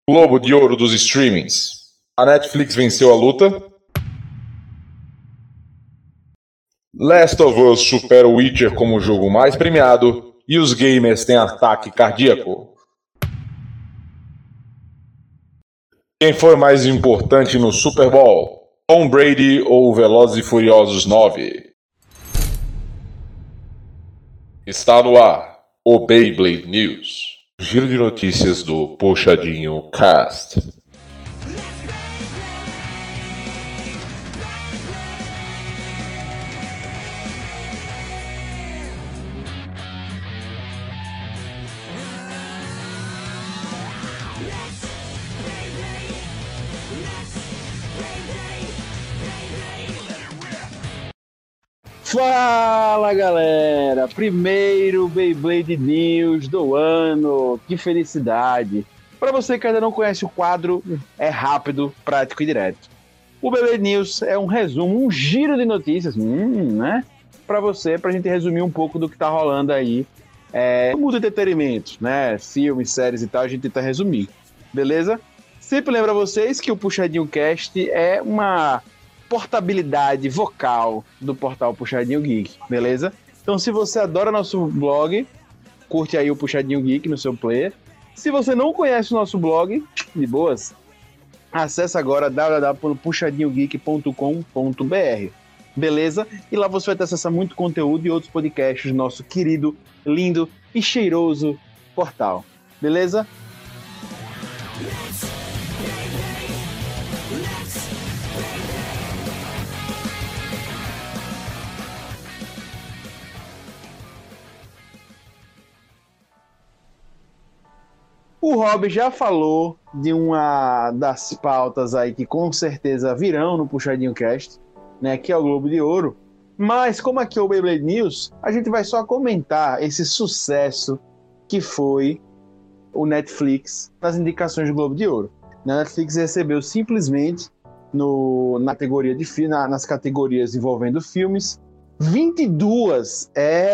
Globo de Ouro dos streamings. A Netflix venceu a luta? Last of Us supera o Witcher como o jogo mais premiado e os gamers têm ataque cardíaco. Quem foi mais importante no Super Bowl? Tom Brady ou Velozes e Furiosos 9? Está no ar o Beyblade News. Giro de notícias do Puxadinho Cast. Fala galera, primeiro Beyblade News do ano, que felicidade! Para você que ainda não conhece o quadro, é rápido, prático e direto. O Beyblade News é um resumo, um giro de notícias, né? Para você, pra gente resumir um pouco do que tá rolando aí no mundo do entretenimento, né? Filmes, séries e tal, a gente tenta resumir, beleza? Sempre lembro a vocês que o Puxadinho Cast é uma portabilidade vocal do portal Puxadinho Geek, beleza? Então, se você adora nosso blog, curte aí o Puxadinho Geek no seu player. Se você não conhece o nosso blog, de boas, acessa agora www.puxadinhogeek.com.br, beleza? E lá você vai ter acesso a muito conteúdo e outros podcasts do nosso querido, lindo e cheiroso portal, beleza? O Rob já falou de uma das pautas aí que com certeza virão no Puxadinho Cast, né, que é o Globo de Ouro. Mas como aqui é o Beyblade News, a gente vai só comentar esse sucesso que foi o Netflix nas indicações do Globo de Ouro. A Netflix recebeu simplesmente nas categorias envolvendo filmes 22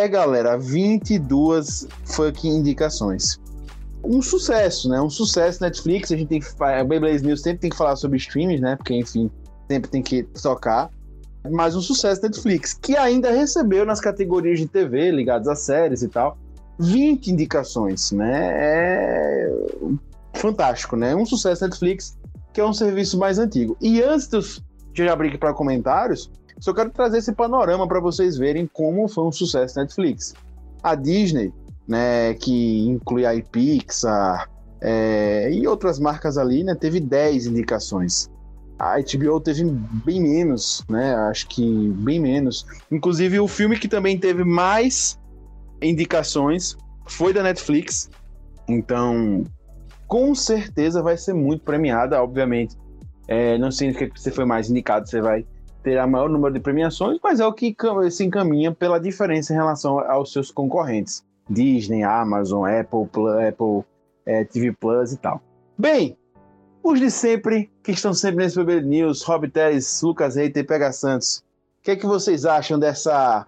fucking indicações. Um sucesso, né? Um sucesso Netflix. A gente tem que, o Beyblade News sempre tem que falar sobre streams, né? Porque, enfim, sempre tem que tocar. Mas um sucesso Netflix, que ainda recebeu nas categorias de TV, ligadas a séries e tal, 20 indicações, né? É fantástico, né? Um sucesso Netflix, que é um serviço mais antigo. E antes de eu abrir aqui para comentários, só quero trazer esse panorama para vocês verem como foi um sucesso Netflix. A Disney, né, que inclui a Pixar e outras marcas ali, né, teve 10 indicações. A HBO teve bem menos, né, acho que bem menos. Inclusive, o filme que também teve mais indicações foi da Netflix. Então, com certeza vai ser muito premiada, obviamente. Não significa que você foi mais indicado, você vai ter a maior número de premiações, mas é o que se encaminha pela diferença em relação aos seus concorrentes. Disney, Amazon, Apple TV Plus e tal. Bem, os de sempre, que estão sempre nesse Beyblade News, Rob Teles, Lucas Reiter e Pega Santos. O que é que vocês acham dessa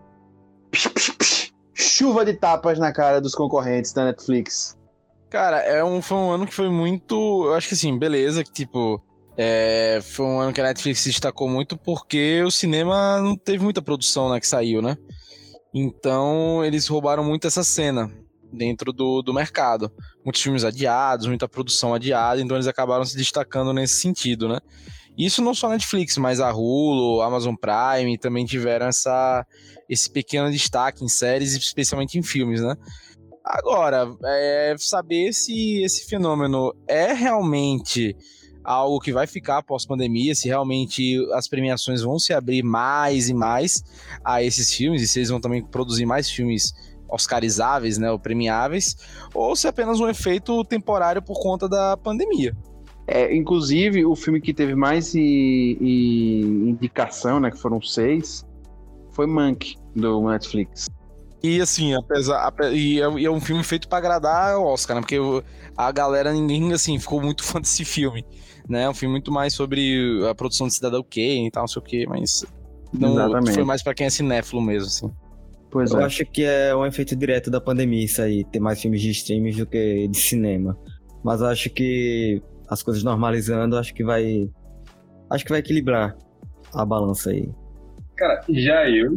chuva de tapas na cara dos concorrentes da Netflix? Cara, foi um ano que foi muito... Eu acho que assim, beleza, que tipo... foi um ano que a Netflix se destacou muito porque o cinema não teve muita produção, né, que saiu, né? Então, eles roubaram muito essa cena dentro do mercado. Muitos filmes adiados, muita produção adiada, então eles acabaram se destacando nesse sentido, né? Isso não só a Netflix, mas a Hulu, a Amazon Prime também tiveram esse pequeno destaque em séries, especialmente em filmes, né? Agora, saber se esse fenômeno é realmente algo que vai ficar pós-pandemia, se realmente as premiações vão se abrir mais e mais a esses filmes, e se eles vão também produzir mais filmes oscarizáveis, né, ou premiáveis, ou se é apenas um efeito temporário por conta da pandemia. Inclusive, o filme que teve mais indicação, né, que foram 6, foi Mank, do Netflix. E assim, é um filme feito pra agradar o Oscar, né? Porque a galera, ninguém assim, ficou muito fã desse filme, né? É um filme muito mais sobre a produção de Cidadão Kane e tal, não sei o que, mas não foi mais pra quem é cinéfilo mesmo, assim. Eu acho que é um efeito direto da pandemia isso aí, ter mais filmes de streaming do que de cinema. Mas eu acho que as coisas normalizando, acho que vai equilibrar a balança aí. Cara, já eu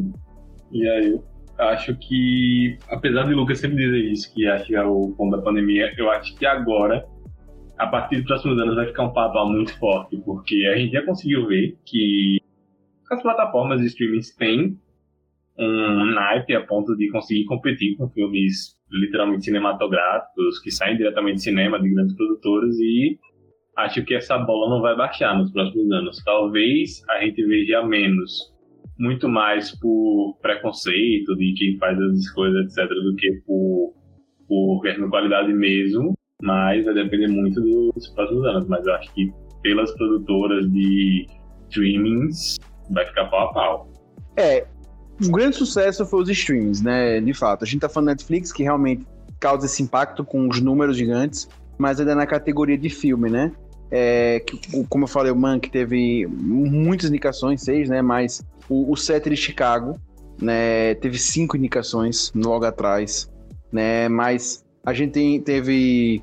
acho que, apesar de Lucas sempre dizer isso, que acho que é o ponto da pandemia, eu acho que agora, a partir dos próximos anos, vai ficar um papo muito forte, porque a gente já conseguiu ver que as plataformas de streaming têm um naipe a ponto de conseguir competir com filmes literalmente cinematográficos, que saem diretamente de cinema, de grandes produtoras, e acho que essa bola não vai baixar nos próximos anos. Talvez a gente veja menos, muito mais por preconceito de quem faz as coisas, etc., do que por questão de qualidade mesmo, mas vai depender muito dos próximos anos. Mas eu acho que pelas produtoras de streamings vai ficar pau a pau. Um grande sucesso foi os streams, né? De fato, a gente tá falando Netflix, que realmente causa esse impacto com os números gigantes, mas ainda na categoria de filme, né? Como eu falei, o Mank teve muitas indicações, 6, né? Mas o Set de Chicago, né? Teve 5 indicações logo atrás, né? Mas a gente teve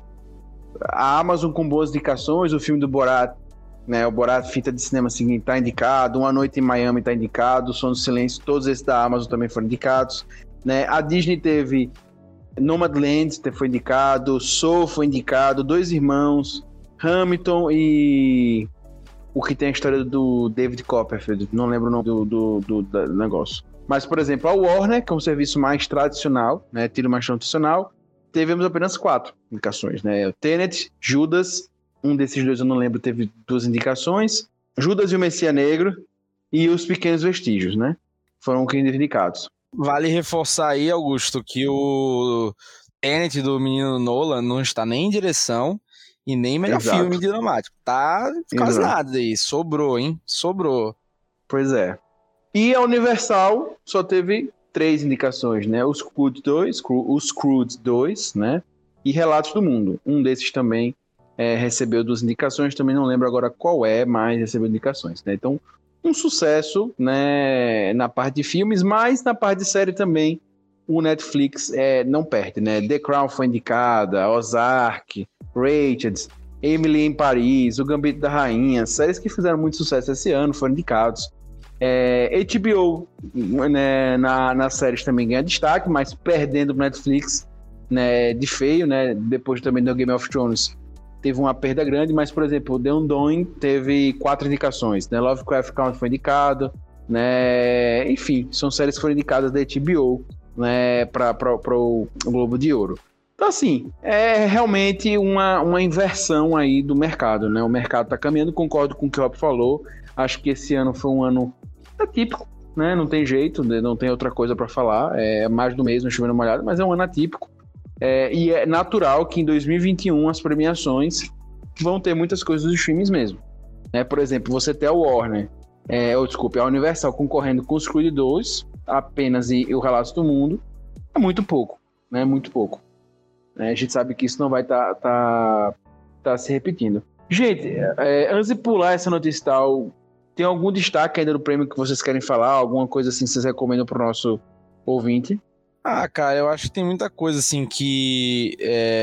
a Amazon com boas indicações, o filme do Borat, né, o Borat, fita de cinema seguinte, tá indicado, Uma Noite em Miami tá indicado, Som do Silêncio, todos esses da Amazon também foram indicados, né? A Disney teve Nomadland, foi indicado, Soul foi indicado, Dois Irmãos, Hamilton e o que tem a história do David Copperfield, não lembro o nome do negócio. Mas, por exemplo, a Warner, que é um serviço mais tradicional, né, tiro mais tradicional, tivemos apenas 4 indicações, né? O Tenet, Judas, um desses dois eu não lembro, teve 2 indicações, Judas e o Messias Negro e Os Pequenos Vestígios, né? Foram os indicados. Vale reforçar aí, Augusto, que o Tenet do menino Nolan não está nem em direção e nem melhor filme de dramático. Tá quase nada aí. Sobrou, hein? Sobrou. Pois é. E a Universal só teve 3 indicações, né? Os Croods 2, né? E Relatos do Mundo. Um desses também recebeu 2 indicações, também não lembro agora qual mas recebeu indicações, né? Então, um sucesso, né, na parte de filmes, mas na parte de série também o Netflix não perde, né? The Crown foi indicada, Ozark, Rachel, Emily em Paris, O Gambito da Rainha, séries que fizeram muito sucesso esse ano, foram indicados. HBO, né, nas séries também ganha destaque, mas perdendo o Netflix, né, de feio, né? Depois também do Game of Thrones teve uma perda grande, mas, por exemplo, The Undoing teve 4 indicações, né? Lovecraft Country foi indicado, né? Enfim, são séries que foram indicadas da HBO, né, para o Globo de Ouro. Então, assim, é realmente uma inversão aí do mercado, né? O mercado está caminhando, concordo com o que o Rob falou, acho que esse ano foi um ano atípico, né? Não tem jeito, não tem outra coisa para falar, é mais do mesmo, chovendo molhado, mas é um ano atípico. E é natural que em 2021 as premiações vão ter muitas coisas dos filmes mesmo, né? Por exemplo, você tem a Warner, a Universal concorrendo com os Creed 2 apenas e o Relatos do Mundo, é muito pouco, né? Muito pouco. A gente sabe que isso não vai tá se repetindo. Gente, antes de pular essa notícia e tal, tem algum destaque ainda do prêmio que vocês querem falar? Alguma coisa assim que vocês recomendam pro nosso ouvinte? Cara, eu acho que tem muita coisa assim que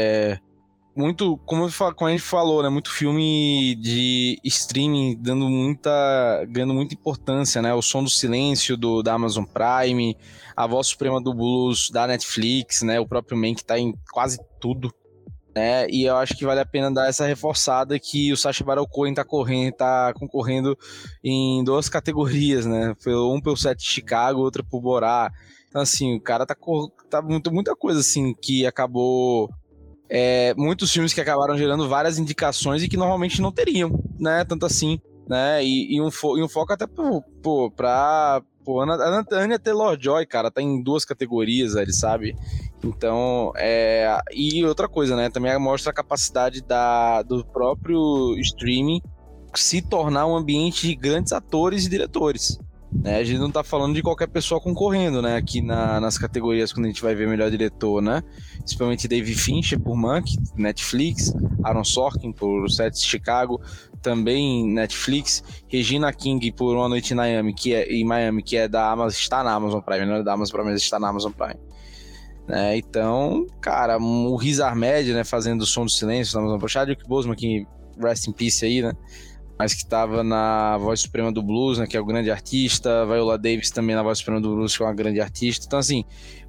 muito, como a gente falou, né, muito filme de streaming ganhando muita importância, né? O Som do Silêncio da Amazon Prime, A Voz Suprema do Blues da Netflix, né? O próprio Mank tá em quase tudo, né? E eu acho que vale a pena dar essa reforçada que o Sacha Baron Cohen tá concorrendo em 2 categorias, né? Um pelo Set de Chicago, outra pro Borat. Então, assim, o cara tá muita coisa, assim, que acabou... muitos filmes que acabaram gerando várias indicações e que normalmente não teriam, né? Tanto assim, né? E um foco até pra Anya Taylor-Joy, cara, tá em 2 categorias, ele sabe? Então, e outra coisa, né? Também mostra a capacidade do próprio streaming se tornar um ambiente de grandes atores e diretores. Né? A gente não tá falando de qualquer pessoa concorrendo, né? Aqui nas categorias, quando a gente vai ver melhor diretor, né? Principalmente David Fincher por Mank, Netflix, Aaron Sorkin por Set de Chicago, também Netflix, Regina King por Uma Noite em Miami, que é da Amazon, está na Amazon Prime, não é da Amazon Prime, mas está na Amazon Prime. Né? Então, cara, o Riz Ahmed, né, fazendo o Som do Silêncio na Amazon Prime, Chadwick Boseman, que rest in peace aí, né? Mas que tava na Voz Suprema do Blues, né? Que é o grande artista. Viola Davis também na Voz Suprema do Blues, que é uma grande artista. Então, assim,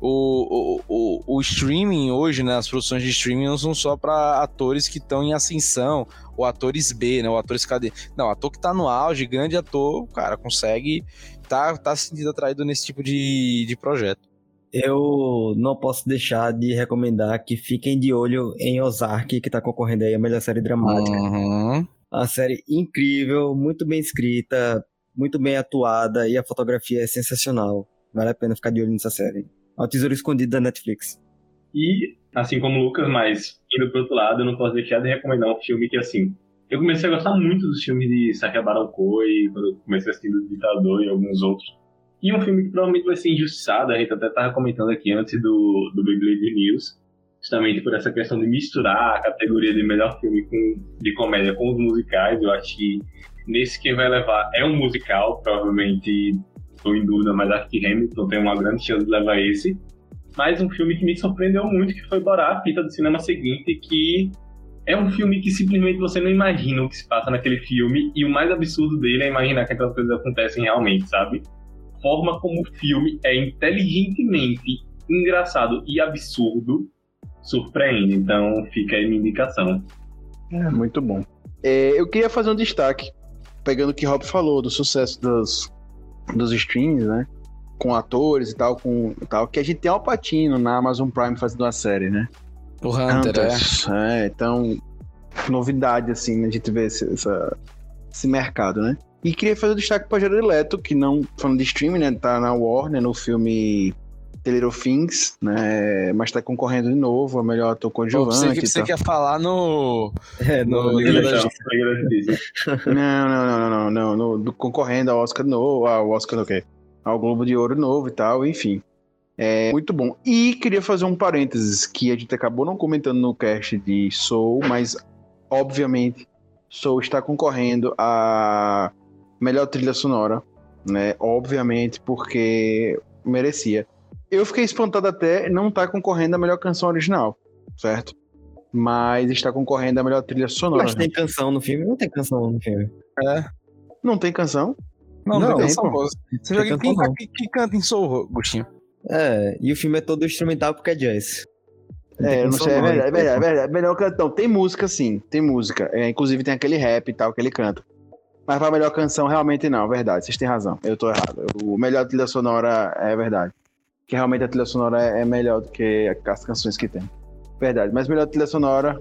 o streaming hoje, né? As produções de streaming não são só para atores que estão em ascensão, ou atores B, né? Ou atores KD. Não, ator que tá no auge, grande ator, cara, consegue tá se sentindo atraído nesse tipo de projeto. Eu não posso deixar de recomendar que fiquem de olho em Ozark, que tá concorrendo aí a melhor série dramática. Uhum. Uma série incrível, muito bem escrita, muito bem atuada e a fotografia é sensacional. Vale a pena ficar de olho nessa série. É o Tesouro Escondido da Netflix. E, assim como o Lucas, mas indo pro outro lado, eu não posso deixar de recomendar um filme que, assim, eu comecei a gostar muito dos filmes de Sacha Baron Cohen, quando eu comecei a assistir do Ditador e alguns outros. E um filme que provavelmente vai ser injustiçado, a gente até estava comentando aqui antes do Beyblade News, justamente por essa questão de misturar a categoria de melhor filme de comédia com os musicais. Eu acho que nesse quem vai levar é um musical, provavelmente estou em dúvida, mas acho que Hamilton tem uma grande chance de levar esse. Mas um filme que me surpreendeu muito, que foi Borá, a fita do cinema seguinte, que é um filme que simplesmente você não imagina o que se passa naquele filme, e o mais absurdo dele é imaginar que aquelas coisas acontecem realmente, sabe? A forma como o filme é inteligentemente engraçado e absurdo surpreende, então fica aí minha indicação. Muito bom. Eu queria fazer um destaque, pegando o que o Rob falou, do sucesso dos streams, né? Com atores e tal, que a gente tem Al Pacino na Amazon Prime fazendo uma série, né? O Hunter, então, novidade, assim, a gente vê esse mercado, né? E queria fazer um destaque para Jared Leto, que não, falando de streaming, né? Tá na Warner, no filme The Little Things, né? Mas tá concorrendo de novo, a melhor ator coadjuvante. Você quer falar no Liga da Justiça. Não, concorrendo ao Oscar novo, ao Globo de Ouro novo e tal, enfim. É muito bom. E queria fazer um parênteses, que a gente acabou não comentando no cast de Soul, mas, obviamente, Soul está concorrendo a melhor trilha sonora, né? Obviamente, porque merecia. Eu fiquei espantado até não estar concorrendo a melhor canção original, certo? Mas está concorrendo a melhor trilha sonora. Mas tem canção no filme? Não tem canção no filme. Não tem canção? Não tem canção. pô. Você joga quem canta em Soul, Agostinho? E o filme é todo instrumental porque é jazz. Não sei, é verdade. Melhor canção. Tem música, sim, tem música. Inclusive tem aquele rap e tal que ele canta. Mas pra melhor canção, realmente não, verdade. Vocês têm razão, eu tô errado. O melhor trilha sonora é verdade. Que realmente a trilha sonora é melhor do que as canções que tem. Verdade, mas melhor trilha sonora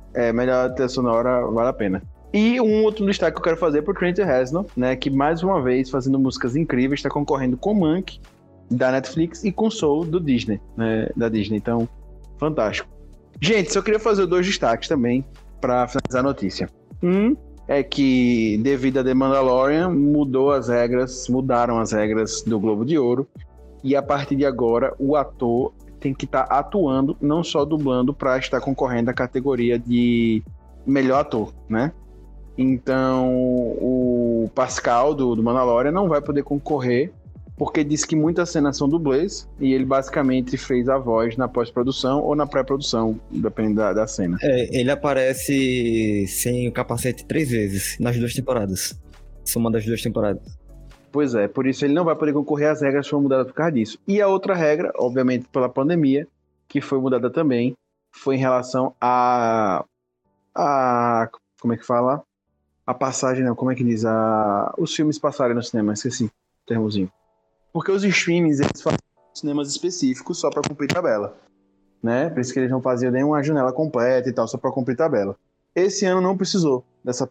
vale a pena. E um outro destaque que eu quero fazer pro Trent Reznor, né, que mais uma vez, fazendo músicas incríveis, está concorrendo com Monk, da Netflix, e com Soul, do Disney, né, da Disney. Então, fantástico. Gente, só queria fazer 2 destaques também para finalizar a notícia. É que, devido a The Mandalorian, mudaram as regras do Globo de Ouro, e a partir de agora o ator tem que estar atuando, não só dublando, para estar concorrendo à categoria de melhor ator, né? Então o Pascal do Mandalorian não vai poder concorrer, porque disse que muitas cenas são dublês, e ele basicamente fez a voz na pós-produção ou na pré-produção, dependendo da cena. Ele aparece sem o capacete 3 vezes, nas 2 temporadas. Soma das 2 temporadas. Pois é, por isso ele não vai poder concorrer, as regras foram mudadas por causa disso. E a outra regra, obviamente pela pandemia, que foi mudada também, foi em relação a como é que fala? A passagem, não, como é que diz? Os filmes passarem no cinema, esqueci o termozinho. Porque os streamings, eles fazem cinemas específicos só para cumprir tabela, né? Por isso que eles não faziam nenhuma janela completa e tal, só para cumprir tabela. Esse ano não precisou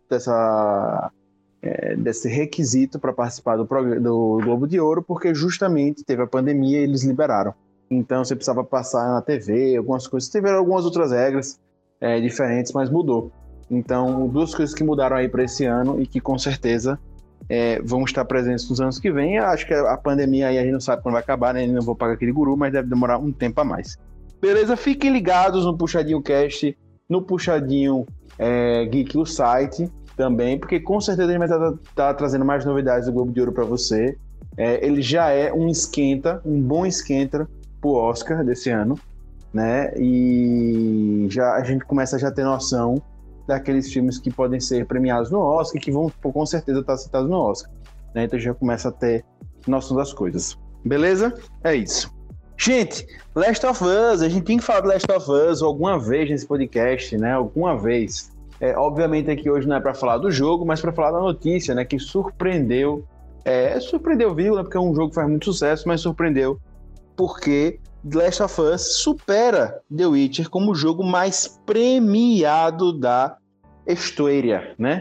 desse requisito para participar do Globo de Ouro, porque justamente teve a pandemia e eles liberaram. Então você precisava passar na TV, algumas coisas. Tiveram algumas outras regras diferentes, mas mudou. Então, 2 coisas que mudaram aí para esse ano e que com certeza vão estar presentes nos anos que vem. Eu acho que a pandemia aí a gente não sabe quando vai acabar, né? Não vou pagar aquele guru, mas deve demorar um tempo a mais. Beleza? Fiquem ligados no Puxadinho Cast, no Puxadinho Geek, o site também, porque com certeza a gente vai estar trazendo mais novidades do Globo de Ouro para você. Ele já é um bom esquenta pro Oscar desse ano, né? E a gente começa a já ter noção daqueles filmes que podem ser premiados no Oscar e que vão com certeza estar citados no Oscar, né? Então já começa a ter noção das coisas. Beleza? É isso. Gente, Last of Us, a gente tem que falar de Last of Us alguma vez nesse podcast, né? Alguma vez. Obviamente aqui hoje não é para falar do jogo, mas para falar da notícia, né? Que surpreendeu. Surpreendeu, vírgula, porque é um jogo que faz muito sucesso, mas surpreendeu porque The Last of Us supera The Witcher como o jogo mais premiado da história, né?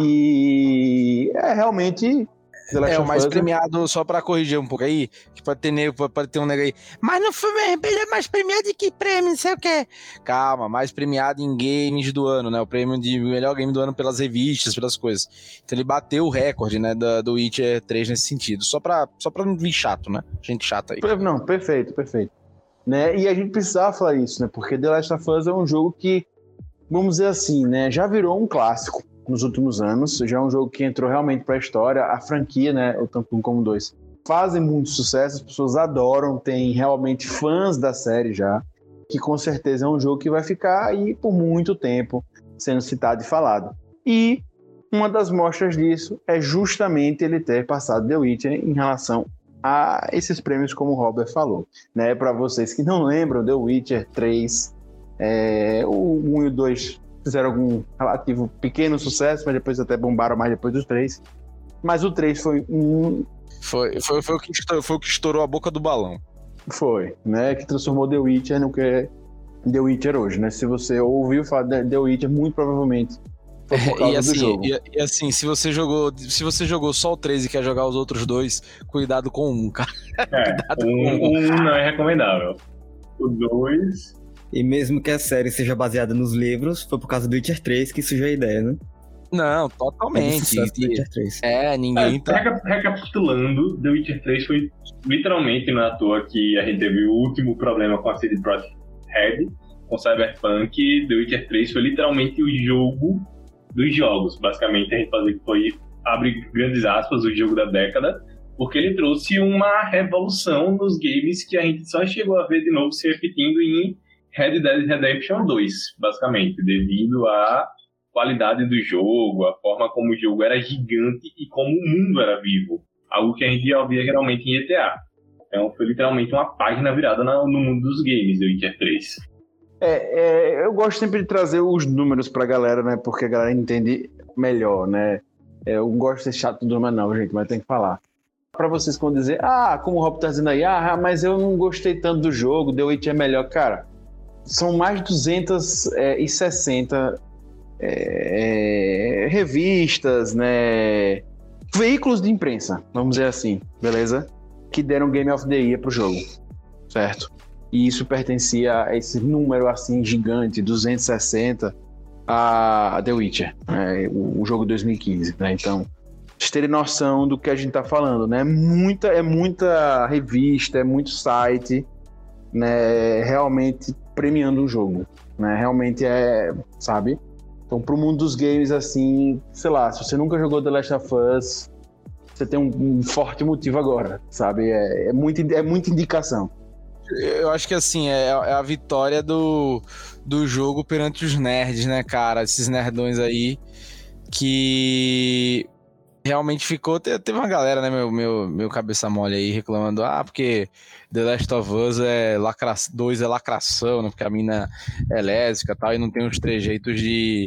E realmente The Last o of mais Us premiado, só pra corrigir um pouco aí, que pode ter um nego aí, mas não foi mais premiado de que prêmio, não sei o que. Calma, mais premiado em games do ano, né? O prêmio de melhor game do ano pelas revistas, pelas coisas. Então ele bateu o recorde, né, do Witcher 3 nesse sentido. Só pra não vir chato, né? Gente chata aí. Não, perfeito. Né? E a gente precisava falar isso, né? Porque The Last of Us é um jogo que, vamos dizer assim, né? Já virou um clássico nos últimos anos, já é um jogo que entrou realmente para a história, a franquia, né, o tanto 1 como 2, fazem muito sucesso, as pessoas adoram, tem realmente fãs da série já, que com certeza é um jogo que vai ficar aí por muito tempo sendo citado e falado. E uma das mostras disso é justamente ele ter passado The Witcher em relação a esses prêmios, como o Robert falou, né? Para vocês que não lembram, The Witcher 3, o 1 e o 2 fizeram algum relativo pequeno sucesso, mas depois até bombaram mais depois dos 3. Mas o 3 foi o que estourou a boca do balão. Foi, né? Que transformou The Witcher no que é The Witcher hoje, né? Se você ouviu falar de The Witcher, muito provavelmente foi por causa do jogo. E assim, se você jogou só o 3 e quer jogar os outros dois, cuidado com um, cara. Um não é recomendável. O 2... E mesmo que a série seja baseada nos livros, foi por causa do Witcher 3 que surgiu a ideia, né? Não, totalmente. Witcher 3. Ninguém tá... Recapitulando, The Witcher 3 foi literalmente, não é à toa que a gente teve o último problema com a CD Projekt Red, com Cyberpunk. The Witcher 3 foi literalmente o jogo dos jogos. Basicamente, a gente foi, abre grandes aspas, o jogo da década, porque ele trouxe uma revolução nos games que a gente só chegou a ver de novo se repetindo em Red Dead Redemption 2, basicamente, devido à qualidade do jogo, a forma como o jogo era gigante e como o mundo era vivo. Algo que a gente já via geralmente em GTA. Então foi literalmente uma página virada no mundo dos games do Witcher 3. Eu gosto sempre de trazer os números pra galera, né? Porque a galera entende melhor, né? Eu gosto de ser chato do número não, gente, mas tem que falar. Pra vocês quando dizer, como o Rob tá dizendo aí, mas eu não gostei tanto do jogo, The Witcher é melhor. Cara, são mais de 260 revistas, né? Veículos de imprensa, vamos dizer assim, beleza? Que deram Game of the Year pro jogo, certo? E isso pertencia a esse número assim gigante, 260, a The Witcher, né? O jogo 2015, né? Então, vocês terem noção do que a gente tá falando, né? É muita revista, é muito site, né? Realmente premiando o jogo, né? Realmente sabe? Então, pro mundo dos games, assim, sei lá, se você nunca jogou The Last of Us, você tem um forte motivo agora, sabe? É muita indicação. Eu acho que, assim, é a vitória do jogo perante os nerds, né, cara? Esses nerdões aí que realmente ficou... Teve uma galera, né, meu cabeça mole aí, reclamando, porque The Last of Us 2 é lacração, né, porque a mina é lésbica e tal, e não tem os trejeitos de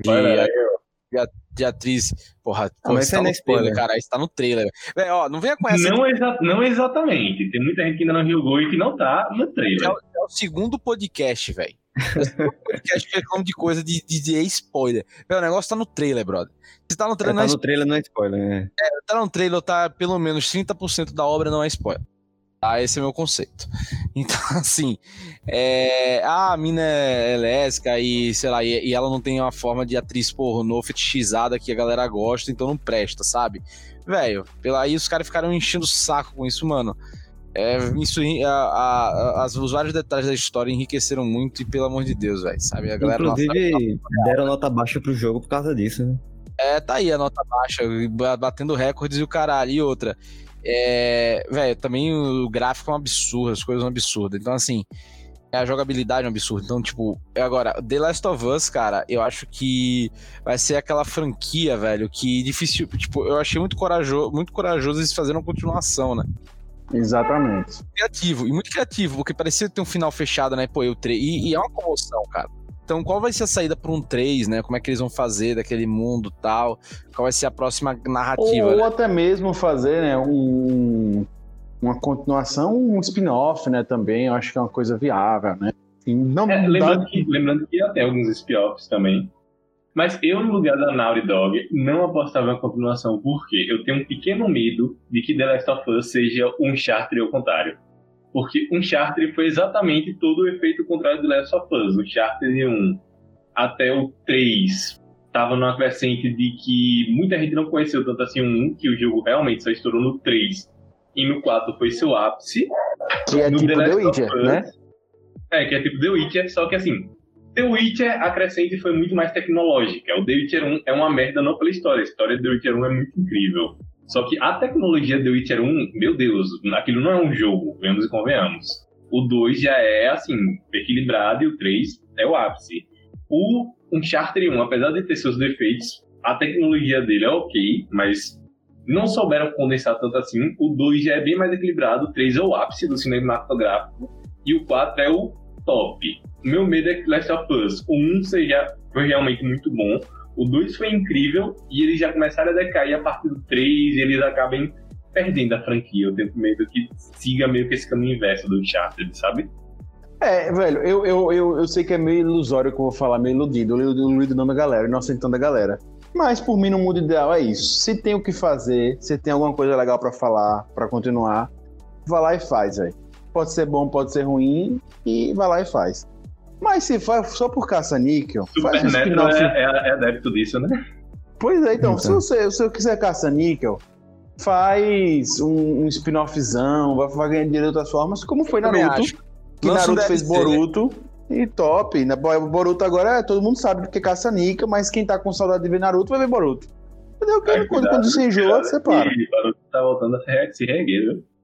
atriz. Porra, mas isso tá no spoiler, cara, isso tá no trailer. Véio, não venha com essa... Não exatamente, tem muita gente que ainda não jogou e que não tá no trailer. É o segundo podcast, velho. Podcast que reclama de coisa de spoiler. O negócio tá no trailer, brother. Se tá no trailer, no trailer não é spoiler, né? Tá no trailer, tá pelo menos 30% da obra não é spoiler. Tá? Esse é o meu conceito. Então, assim, a mina é lésbica e, sei lá, e ela não tem uma forma de atriz pornô fetichizada que a galera gosta, então não presta, sabe? Velho, aí os caras ficaram enchendo o saco com isso, mano. Os vários detalhes da história enriqueceram muito e, pelo amor de Deus, velho, sabe? A galera inclusive, deram nota baixa pro jogo por causa disso, né? Tá aí a nota baixa, batendo recordes e o caralho. E outra, velho, também o gráfico é um absurdo, as coisas são absurdas. Então, assim, A jogabilidade é um absurdo. Então, tipo, agora, The Last of Us, cara, eu acho que vai ser aquela franquia, velho, que difícil. Tipo, eu achei muito corajoso eles fazerem uma continuação, né? Exatamente. Criativo, e muito criativo, porque parecia ter um final fechado, né? Pô, e é uma comoção, cara. Então, qual vai ser a saída para um 3, né? Como é que eles vão fazer daquele mundo e tal? Qual vai ser a próxima narrativa? Ou né? até mesmo fazer, né, uma continuação, um spin-off, né, também, eu acho que é uma coisa viável, né? E não, lembrando que ia ter alguns spin-offs também. Mas eu, no lugar da Naughty Dog, não apostava na continuação, porque eu tenho um pequeno medo de que The Last of Us seja um Uncharted ao contrário. Porque Uncharted foi exatamente todo o efeito contrário de The Last of Us. Uncharted 1 até o 3 tava numa crescente de que muita gente não conheceu tanto assim o 1, que o jogo realmente só estourou no 3. E no 4 foi seu ápice. Que é no tipo The Witcher, Us, né? Que é tipo The Witcher, só que assim, The Witcher, a crescente foi muito mais tecnológica. O The Witcher 1 é uma merda não pela história. A história de The Witcher 1 é muito incrível. Só que a tecnologia de The Witcher 1, meu Deus, aquilo não é um jogo, vemos e convenhamos. O 2 já é, assim, equilibrado e o 3 é o ápice. O Uncharted 1, apesar de ter seus defeitos, a tecnologia dele é ok, mas não souberam condensar tanto assim. O 2 já é bem mais equilibrado, o 3 é o ápice do cinematográfico e o 4 é o top. O meu medo é que Last of Us, o 1 foi realmente muito bom, o 2 foi incrível e eles já começaram a decair a partir do 3 e eles acabem perdendo a franquia. Eu tenho medo que siga meio que esse caminho inverso do Uncharted, sabe? Velho, eu sei que é meio ilusório que eu vou falar, meio iludido, iludido não da galera, inocentão da galera. Mas por mim, no mundo ideal é isso. Se tem o que fazer, se tem alguma coisa legal pra falar, pra continuar, vai lá e faz, velho. Pode ser bom, pode ser ruim, e vai lá e faz. Mas se faz só por caça-níquel, faz um Supernatural spin-off. é adepto disso, né? Pois é, então, se você quiser caça-níquel, faz um spin-offzão, vai ganhar dinheiro de outras formas, como foi Também Naruto. acho. Que Lança um Naruto fez DLC. Boruto e top. Boruto agora todo mundo sabe do que é caça-níquel, mas quem tá com saudade de ver Naruto vai ver Boruto. Entendeu? Quando você enjoa, você para. E Naruto tá voltando a se reerguer, viu?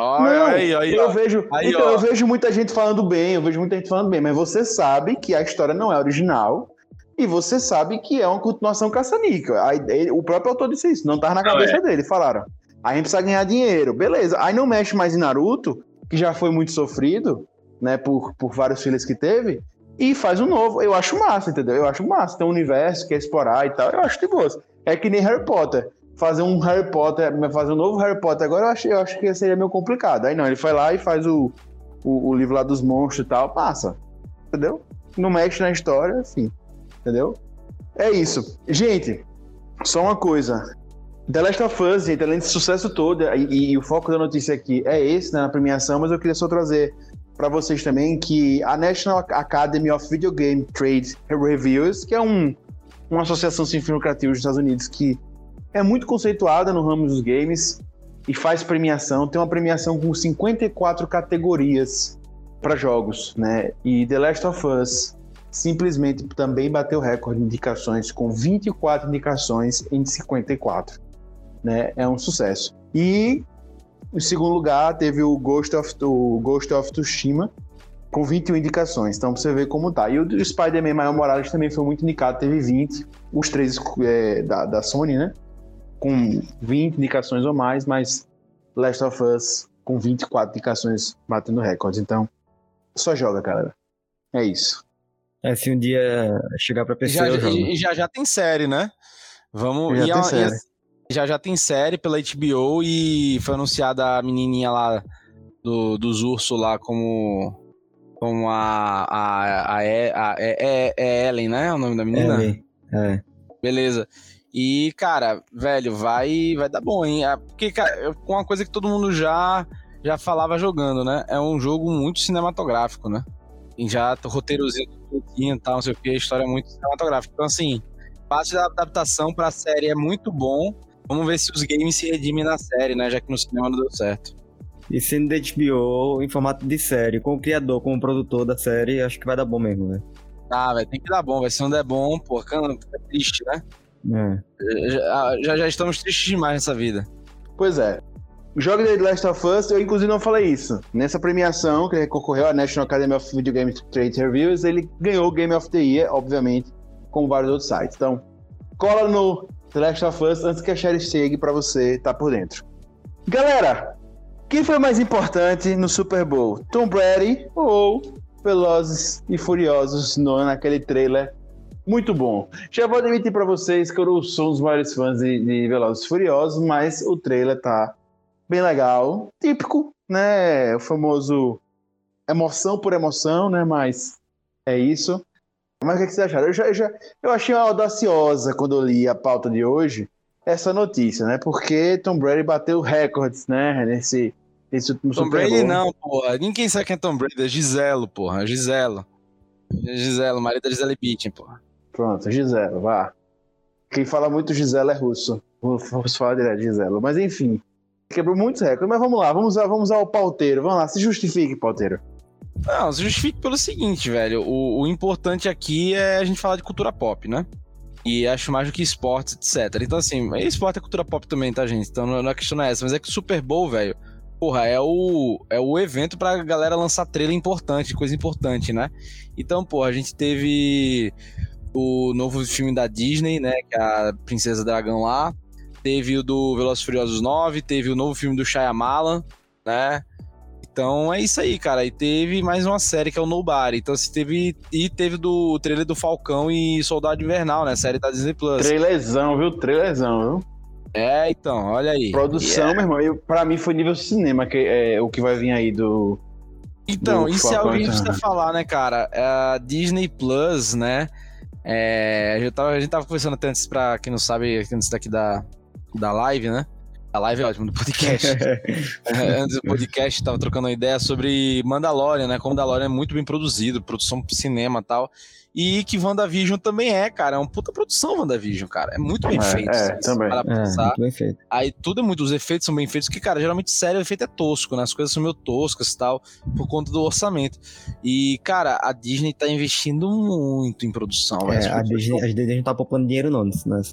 Eu vejo, Aí, então, ó. eu vejo muita gente falando bem, mas você sabe que a história não é original e você sabe que é uma continuação caça-níquel. O próprio autor disse isso, não tava na cabeça dele, falaram. A gente precisa ganhar dinheiro, beleza. Aí não mexe mais em Naruto, que já foi muito sofrido, né, por vários filhos que teve, e faz um novo. Eu acho massa, entendeu? Eu acho massa. Tem um universo que é explorar e tal, eu acho de boas. É que nem Harry Potter. Fazer um novo Harry Potter agora, eu acho que seria meio complicado. Aí não, ele foi lá e faz o livro lá dos monstros e tal, passa. Entendeu? Não mexe na história, assim. Entendeu? É isso. Gente, só uma coisa. The Last of Us, gente, além desse sucesso todo, e o foco da notícia aqui é esse, né, na premiação, mas eu queria só trazer para vocês também que a National Academy of Video Game Trade Reviews, que é uma associação sem fins lucrativos dos Estados Unidos que é muito conceituada no ramo dos games e faz premiação, tem uma premiação com 54 categorias para jogos, né? E The Last of Us simplesmente também bateu recorde de indicações, com 24 indicações em 54, né? É um sucesso. E em segundo lugar teve o Ghost of Tsushima com 21 indicações, então pra você ver como tá. E o Spider-Man Miles Morales também foi muito indicado, teve 20, os três da Sony, né? Com 20 indicações ou mais, mas Last of Us com 24 indicações batendo recordes. Então, só joga, galera. É isso. Se um dia chegar pra PC, eu jogo. E já tem série, né? Vamos. Já tem série. Já tem série pela HBO e foi anunciada a menininha lá dos ursos lá como a Ellen, né? O nome da menina? É. Beleza. E, cara, velho, vai dar bom, hein? Porque, cara, uma coisa que todo mundo já falava jogando, né? É um jogo muito cinematográfico, né? E já roteirozinho e tal, não sei o que, a história é muito cinematográfica. Então, assim, parte da adaptação pra série é muito bom. Vamos ver se os games se redimem na série, né? Já que no cinema não deu certo. E sendo da HBO em formato de série, com o criador, com o produtor da série, acho que vai dar bom mesmo, velho. Velho, tem que dar bom, vai. Se não der bom, pô, fica triste, né? Já estamos tristes demais nessa vida. Pois é. Jogue The Last of Us, eu inclusive não falei isso. Nessa premiação, que concorreu à National Academy of Video Game Trade Reviews, ele ganhou o Game of the Year, obviamente, com vários outros sites. Então, cola no The Last of Us antes que a Sherry chegue pra você estar por dentro. Galera, quem foi mais importante no Super Bowl? Tom Brady ou Velozes e Furiosos naquele trailer muito bom? Já vou admitir pra vocês que eu não sou um dos maiores fãs de Velozes e Furiosos, mas o trailer tá bem legal, típico, né? O famoso emoção por emoção, né? Mas é isso. Mas o que vocês acharam? Eu achei audaciosa quando eu li a pauta de hoje essa notícia, né? Porque Tom Brady bateu recordes, né? Nesse último Tom Super Bowl. Brady não, porra. Ninguém sabe quem é Tom Brady. É Giselo, porra. Giselo, marido da Gisele Bündchen, porra. Pronto, Giselo, vá. Quem fala muito Giselo é russo. Vamos falar direto, Giselo. Mas enfim, quebrou muitos recordes. Mas vamos lá, vamos usar o pauteiro. Vamos lá, se justifique, pauteiro. Não, se justifique pelo seguinte, velho. O importante aqui é a gente falar de cultura pop, né? E acho mais do que esportes, etc. Então, assim, esporte é cultura pop também, tá, gente? Então não é questão essa. Mas é que o Super Bowl, velho, porra, é o evento pra galera lançar trailer importante, coisa importante, né? Então, porra, a gente teve o novo filme da Disney, né? Que é a Princesa Dragão lá. Teve o do Velozes e Furiosos 9. Teve o novo filme do Shyamalan, né? Então é isso aí, cara. E teve mais uma série que é o Nobody. Então assim, teve do trailer do Falcão e Soldado Invernal, né? Série da Disney Plus. Trailerzão, viu? É, então, olha aí. Produção, meu irmão, pra mim foi nível cinema, que é o que vai vir aí do... Então, do isso é Falcão, algo que a gente então. precisa falar, né, cara? A Disney Plus, né? A gente tava conversando até antes, pra quem não sabe, antes daqui da live, né? A live é ótimo, do podcast. Antes do podcast, tava trocando uma ideia sobre Mandalorian, né? Como Mandalorian é muito bem produzido, produção pro cinema e tal. E que WandaVision também é, cara. É uma puta produção, WandaVision, cara. É muito bem feito. Também. Muito bem feito. Aí tudo é muito, os efeitos são bem feitos, que, cara, geralmente série o efeito é tosco, né? As coisas são meio toscas e tal, por conta do orçamento. E, cara, a Disney tá investindo muito em produção. A Disney não tá poupando dinheiro não.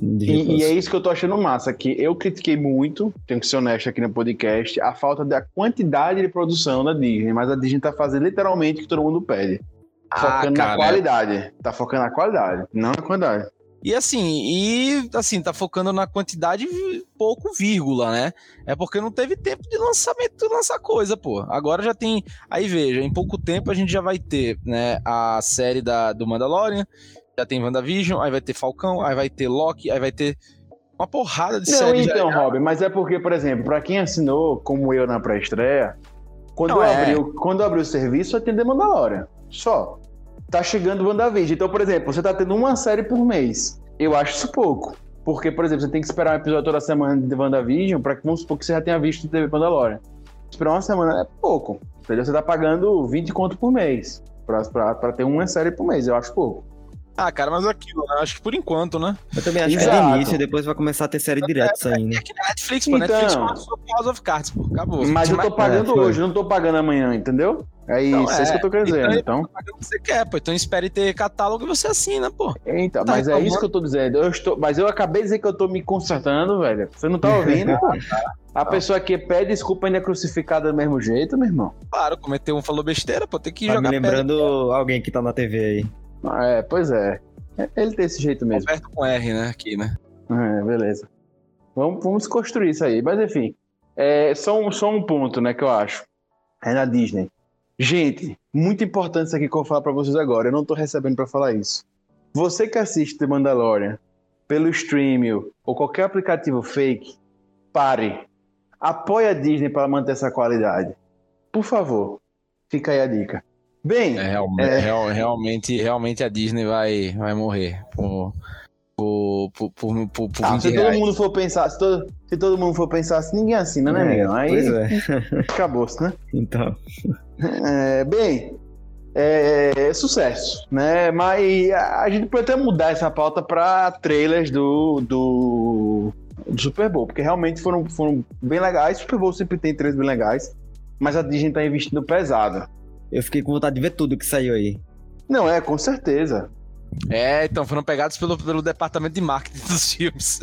E é isso que eu tô achando massa, que eu critiquei muito, tenho que ser honesto aqui no podcast, a falta da quantidade de produção da Disney, mas a Disney tá fazendo literalmente o que todo mundo pede. Focando na qualidade. Tá focando na qualidade, não na quantidade. E assim, tá focando na quantidade pouco vírgula, né? É porque não teve tempo de lançamento de lançar coisa, pô. Agora já tem... Aí veja, em pouco tempo a gente já vai ter, né, a série do Mandalorian, já tem WandaVision, aí vai ter Falcão, aí vai ter Loki, aí vai ter uma porrada de séries. Não, então, Rob, mas é porque, por exemplo, pra quem assinou, como eu na pré-estreia, quando eu abri o serviço, eu atendi Mandalorian. Só. Tá chegando o WandaVision. Então, por exemplo, você tá tendo uma série por mês. Eu acho isso pouco. Porque, por exemplo, você tem que esperar um episódio toda semana de WandaVision pra que, vamos supor que você já tenha visto o TV Mandalorian. Esperar uma semana é pouco. Entendeu? Você tá pagando 20 conto por mês pra ter uma série por mês. Eu acho pouco. Ah, cara, mas aquilo, né? Acho que por enquanto, né? Eu também acho que é de início, depois vai começar a ter série direto saindo. É que Netflix, pô. Então, Netflix lançou House of Cards, pô. Acabou. Mas eu tô pagando hoje, não tô pagando amanhã, entendeu? É isso, então, é isso que eu tô querendo dizer. Então, tá pagando o que você quer, pô. Então espere ter catálogo e você assina, pô. Então, Tá mas é isso que eu tô dizendo. Mas eu acabei de dizer que eu tô me consertando, velho. Você não tá ouvindo, pô? A pessoa que pede desculpa ainda é crucificada do mesmo jeito, meu irmão. Claro, cometeu falou besteira, pô. Tem que Tá jogar me lembrando alguém que tá na TV aí. Pois é. Ele tem esse jeito mesmo. Roberto com R, né? Aqui, né? Beleza. Vamos construir isso aí. Mas enfim, só um ponto, né, que eu acho. É na Disney. Gente, muito importante isso aqui que eu vou falar pra vocês agora. Eu não tô recebendo pra falar isso. Você que assiste The Mandalorian pelo stream ou qualquer aplicativo fake, pare. Apoie a Disney para manter essa qualidade. Por favor. Fica aí a dica. Bem... Realmente a Disney vai morrer por se todo mundo for pensar, se todo mundo for pensar assim, ninguém assina, né, amigão? Aí acabou-se, né? Então. Sucesso, né? Mas a gente pode até mudar essa pauta para trailers do Super Bowl, porque realmente foram bem legais. Super Bowl sempre tem trailers bem legais, mas a Disney tá investindo pesado. Eu fiquei com vontade de ver tudo que saiu aí. Não, com certeza. Então, foram pegados pelo departamento de marketing dos filmes.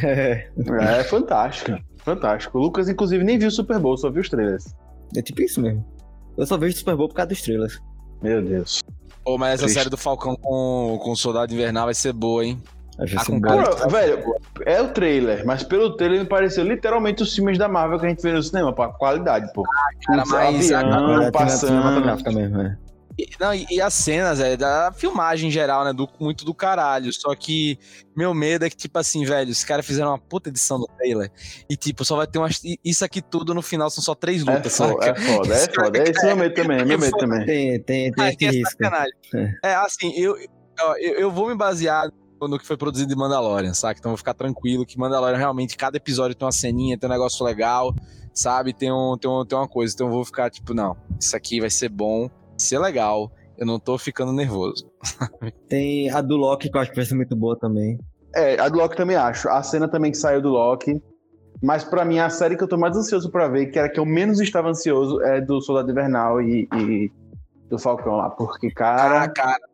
É fantástico. Fantástico. O Lucas, inclusive, nem viu o Super Bowl, só viu os trailers. É tipo isso mesmo. Eu só vejo Super Bowl por causa dos trailers. Meu Deus. Pô, mas essa Triste. série do Falcão com o Soldado Invernal vai ser boa, hein? Acho assim, com bom. Pô, velho, é o trailer, mas pelo trailer me pareceu literalmente os filmes da Marvel que a gente vê no cinema, pra qualidade, pô. cara, Os mas avião Agora passando. cinematográfica mesmo, é. E as cenas, da filmagem em geral, né? Muito do caralho. Só que meu medo é que, tipo assim, velho, os caras fizeram uma puta edição do trailer e, tipo, só vai ter isso aqui tudo no final, são só 3 lutas, saca? É foda. É esse meu medo também, é meu medo também. Tem esse risco. Sacanagem. Assim, eu vou me basear no que foi produzido de Mandalorian, saca? Então eu vou ficar tranquilo que Mandalorian realmente, cada episódio tem uma ceninha, tem um negócio legal, sabe? Tem uma coisa. Então eu vou ficar, tipo, não, isso aqui vai ser bom, ser legal, eu não tô ficando nervoso. Tem a do Loki, que eu acho que vai ser muito boa também. A do Loki também acho. A cena também que saiu do Loki. Mas pra mim, a série que eu tô mais ansioso pra ver, que era que eu menos estava ansioso, é do Soldado Invernal e do Falcão lá. Porque, cara...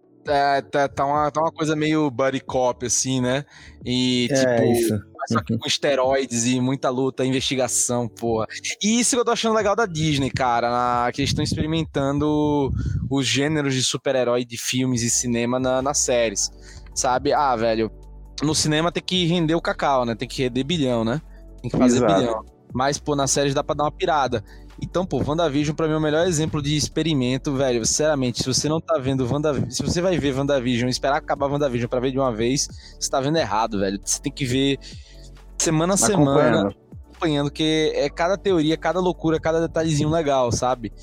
Tá uma coisa meio buddy cop, assim, né? E, Isso. só que com esteroides e muita luta, investigação, porra. E isso que eu tô achando legal da Disney, cara, que eles estão experimentando os gêneros de super-herói de filmes e cinema nas séries, sabe? Velho, no cinema tem que render o cacau, né? Tem que render bilhão, né? Tem que fazer Exato. bilhão. Mas, pô, nas séries dá pra dar uma pirada. Então, pô, WandaVision pra mim é o melhor exemplo de experimento, velho. Sinceramente, se você não tá vendo WandaVision, se você vai ver WandaVision e esperar acabar WandaVision pra ver de uma vez, você tá vendo errado, velho. Você tem que ver semana a semana, acompanhando, que é cada teoria, cada loucura, cada detalhezinho legal, sabe?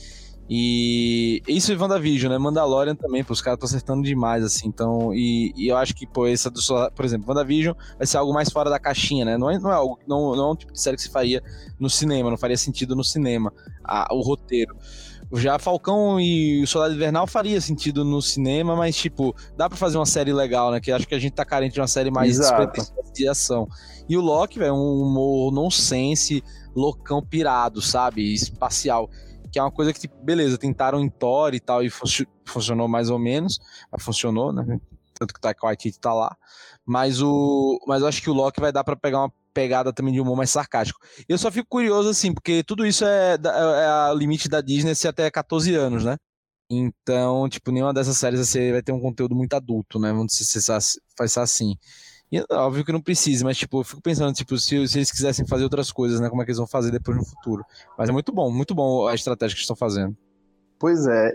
E isso é WandaVision, né? Mandalorian também, pô, os caras estão acertando demais, assim, então, e eu acho que, pô, essa por exemplo, WandaVision vai ser algo mais fora da caixinha, né? Não é um tipo de série que se faria no cinema, não faria sentido no cinema, o roteiro. Já Falcão e o Soldado Invernal faria sentido no cinema, mas, tipo, dá pra fazer uma série legal, né? Que acho que a gente tá carente de uma série mais de ação. E o Loki, velho, um humor nonsense, loucão pirado, sabe? Espacial. Que é uma coisa que, tipo, beleza, tentaram em Thor e tal, e funcionou mais ou menos, mas funcionou, né? Tanto que Taika Waititi tá lá. Mas eu acho que o Loki vai dar pra pegar uma pegada também de humor mais sarcástico. Eu só fico curioso, assim, porque tudo isso é a limite da Disney ser até 14 anos, né? Então, tipo, nenhuma dessas séries você vai ter um conteúdo muito adulto, né? Vamos dizer se faz assim. E óbvio que não precisa, mas, tipo, eu fico pensando, tipo, se eles quisessem fazer outras coisas, né? Como é que eles vão fazer depois no futuro. Mas é muito bom a estratégia que eles estão fazendo. Pois é,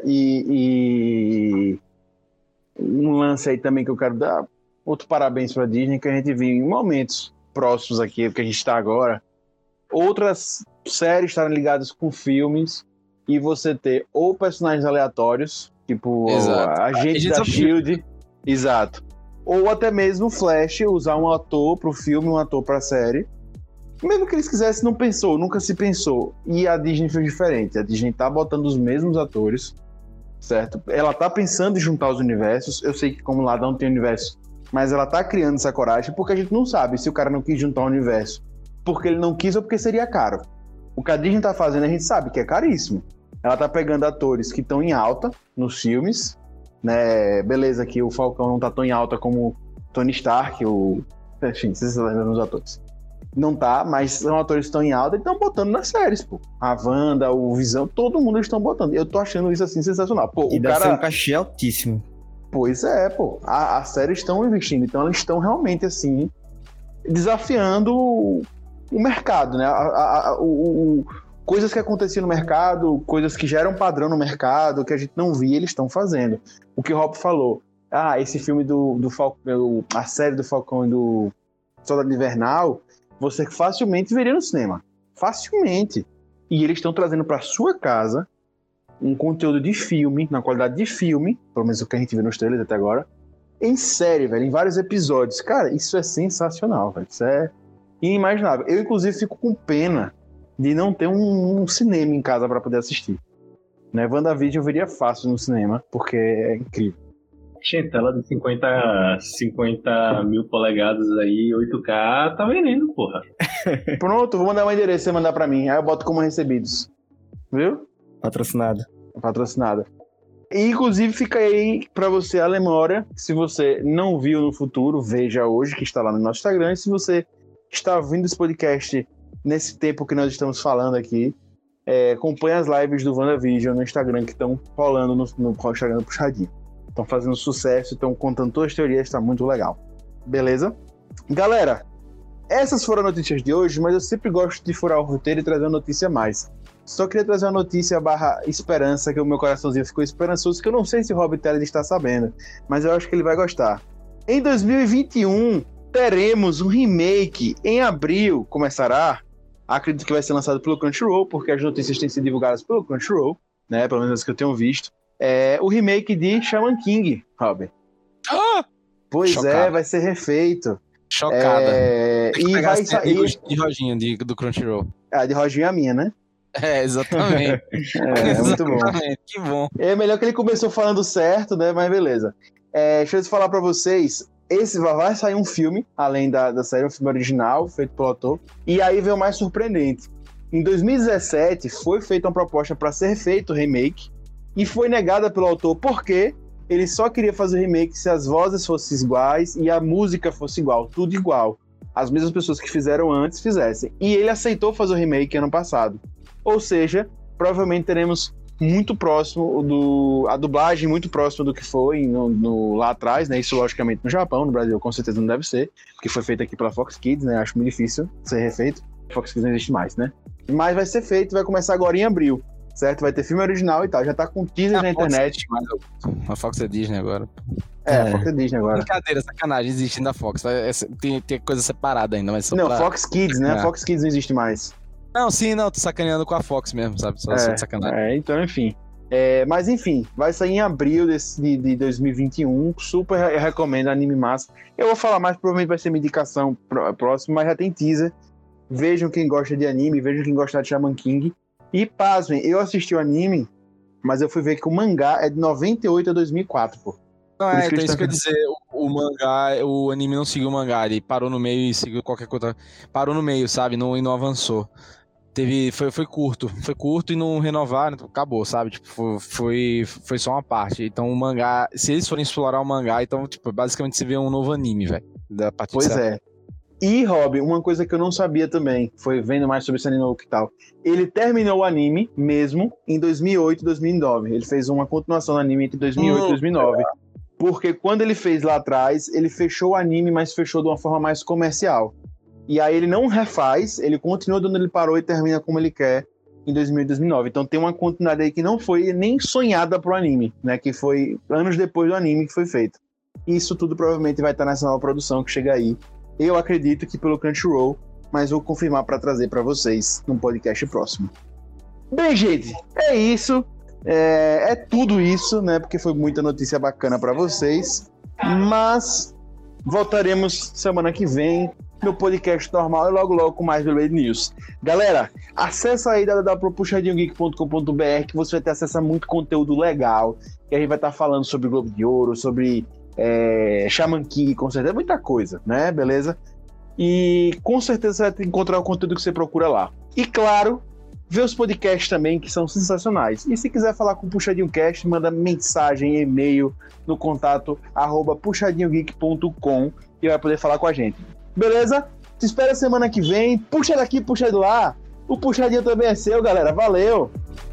e um lance aí também que eu quero dar outro parabéns pra Disney, que a gente viu em momentos próximos aqui, que a gente tá agora, outras séries estarem ligadas com filmes e você ter ou personagens aleatórios, tipo agente da S.H.I.E.L.D., exato, ou até mesmo Flash, usar um ator pro filme, um ator pra série. Mesmo que eles quisessem, não pensou, nunca se pensou. E a Disney foi diferente. A Disney tá botando os mesmos atores, certo? Ela tá pensando em juntar os universos. Eu sei que como lá não tem universo, mas ela tá criando essa coragem, porque a gente não sabe se o cara não quis juntar o universo porque ele não quis ou porque seria caro. O que a Disney tá fazendo, a gente sabe que é caríssimo. Ela tá pegando atores que estão em alta nos filmes, né? Beleza que o Falcão não tá tão em alta como Tony Stark, enfim, vocês lembram dos atores. Não tá, mas são atores que estão em alta e estão botando nas séries, pô. A Wanda, o Visão, todo mundo eles estão botando. Eu tô achando isso assim sensacional. Pô, e deve ser um cachê altíssimo. Pois é, pô. As séries estão investindo, então elas estão realmente assim desafiando o mercado, né? Coisas que aconteciam no mercado, coisas que já eram padrão no mercado, que a gente não via, eles estão fazendo. O que o Rob falou, esse filme do Falcão, a série do Falcão e do Soldado Invernal, você facilmente veria no cinema. Facilmente. E eles estão trazendo para sua casa um conteúdo de filme, na qualidade de filme, pelo menos o que a gente viu nos trailers até agora, em série, velho, em vários episódios. Cara, isso é sensacional, velho. Isso é inimaginável. Eu, inclusive, fico com pena de não ter um cinema em casa para poder assistir. Né? WandaVision eu veria fácil no cinema, porque é incrível. Tinha tela de 50 mil polegadas aí, 8K, tá vendendo, porra. Pronto, vou mandar um endereço pra você mandar pra mim. Aí eu boto como recebidos. Viu? Patrocinado. Patrocinada. E, inclusive, fica aí pra você a memória. Se você não viu no futuro, veja hoje, que está lá no nosso Instagram. E se você está ouvindo esse podcast nesse tempo que nós estamos falando aqui, acompanhe as lives do WandaVision no Instagram, que estão rolando no Instagram do Puxadinho. Estão fazendo sucesso, estão contando todas as teorias, está muito legal. Beleza? Galera, essas foram as notícias de hoje, mas eu sempre gosto de furar o roteiro e trazer uma notícia a mais. Só queria trazer uma notícia / esperança, que o meu coraçãozinho ficou esperançoso, que eu não sei se o Rob Teller está sabendo, mas eu acho que ele vai gostar. Em 2021, teremos um remake. Em abril, começará. Acredito que vai ser lançado pelo Crunchyroll, porque as notícias têm sido divulgadas pelo Crunchyroll, né? Pelo menos as que eu tenho visto. O remake de Shaman King, Robert. Pois Chocado. vai ser refeito. Chocada. Tem que E pegar vai as sair. de Roginho do Crunchyroll. A de Roginho é a minha, né? Exatamente. É muito bom. Exatamente, que bom. É melhor que ele começou falando certo, né? Mas beleza. Deixa eu falar pra vocês. Esse vai sair um filme, além da série, um filme original, feito pelo autor. E aí veio o mais surpreendente. Em 2017, foi feita uma proposta para ser feito o remake. E foi negada pelo autor porque ele só queria fazer o remake se as vozes fossem iguais e a música fosse igual, tudo igual. As mesmas pessoas que fizeram antes fizessem. E ele aceitou fazer o remake ano passado. Ou seja, provavelmente teremos muito próximo a dublagem muito próxima do que foi lá atrás, né? Isso logicamente no Japão, no Brasil com certeza não deve ser, porque foi feito aqui pela Fox Kids, né? Acho muito difícil ser refeito. Fox Kids não existe mais, né? Mas vai ser feito, vai começar agora em abril, certo? Vai ter filme original e tal, já tá com teaser na internet. A Fox é Disney agora. A Fox é Disney agora. Brincadeira, sacanagem, existe ainda a Fox. Tem coisa separada ainda, mas só não, pra... Fox Kids, né? Fox Kids não existe mais. Não, sim, tô sacaneando com a Fox mesmo, sabe? Só de sacanagem. Então, enfim. Mas, enfim, vai sair em abril de 2021. Super recomendo, anime massa. Eu vou falar mais, provavelmente vai ser minha indicação próxima, mas já tem teaser. Vejam quem gosta de anime, vejam quem gosta de Shaman King. E, pasmem, eu assisti o anime, mas eu fui ver que o mangá é de 98 a 2004, pô. Não, então isso que eu ia dizer, o mangá, o anime não seguiu o mangá, ele parou no meio e seguiu qualquer coisa. Parou no meio, sabe? E não avançou. Foi curto e não renovaram, então acabou, sabe? Tipo, foi só uma parte. Então o mangá, se eles forem explorar o mangá, então, tipo, basicamente você vê um novo anime, velho. Pois é. E, Rob, uma coisa que eu não sabia também, foi vendo mais sobre esse anime e tal, ele terminou o anime mesmo em 2008 e 2009. Ele fez uma continuação do anime entre 2008 e 2009. Porque quando ele fez lá atrás, ele fechou o anime, mas fechou de uma forma mais comercial. E aí ele não refaz, ele continua de onde ele parou e termina como ele quer em 2008 e 2009. Então tem uma continuidade aí que não foi nem sonhada pro anime, né? Que foi anos depois do anime que foi feito. E isso tudo provavelmente vai estar nessa nova produção que chega aí. Eu acredito que pelo Crunchyroll, mas vou confirmar para trazer para vocês num podcast próximo. Bem, gente, é isso. É tudo isso, né? Porque foi muita notícia bacana para vocês. Mas voltaremos semana que vem no podcast normal e logo com mais Beyblade News. Galera, acessa aí www.puxadinhogeek.com.br que você vai ter acesso a muito conteúdo legal, que a gente vai estar falando sobre Globo de Ouro, sobre Shaman King, com certeza, muita coisa, né? Beleza? E com certeza você vai encontrar o conteúdo que você procura lá. E claro, ver os podcasts também, que são sensacionais. E se quiser falar com o Puxadinho Cast, manda mensagem, e-mail no contato @puxadinhogeek.com e vai poder falar com a gente. Beleza? Te espero semana que vem. Puxa daqui, puxa de lá. O Puxadinho também é seu, galera. Valeu!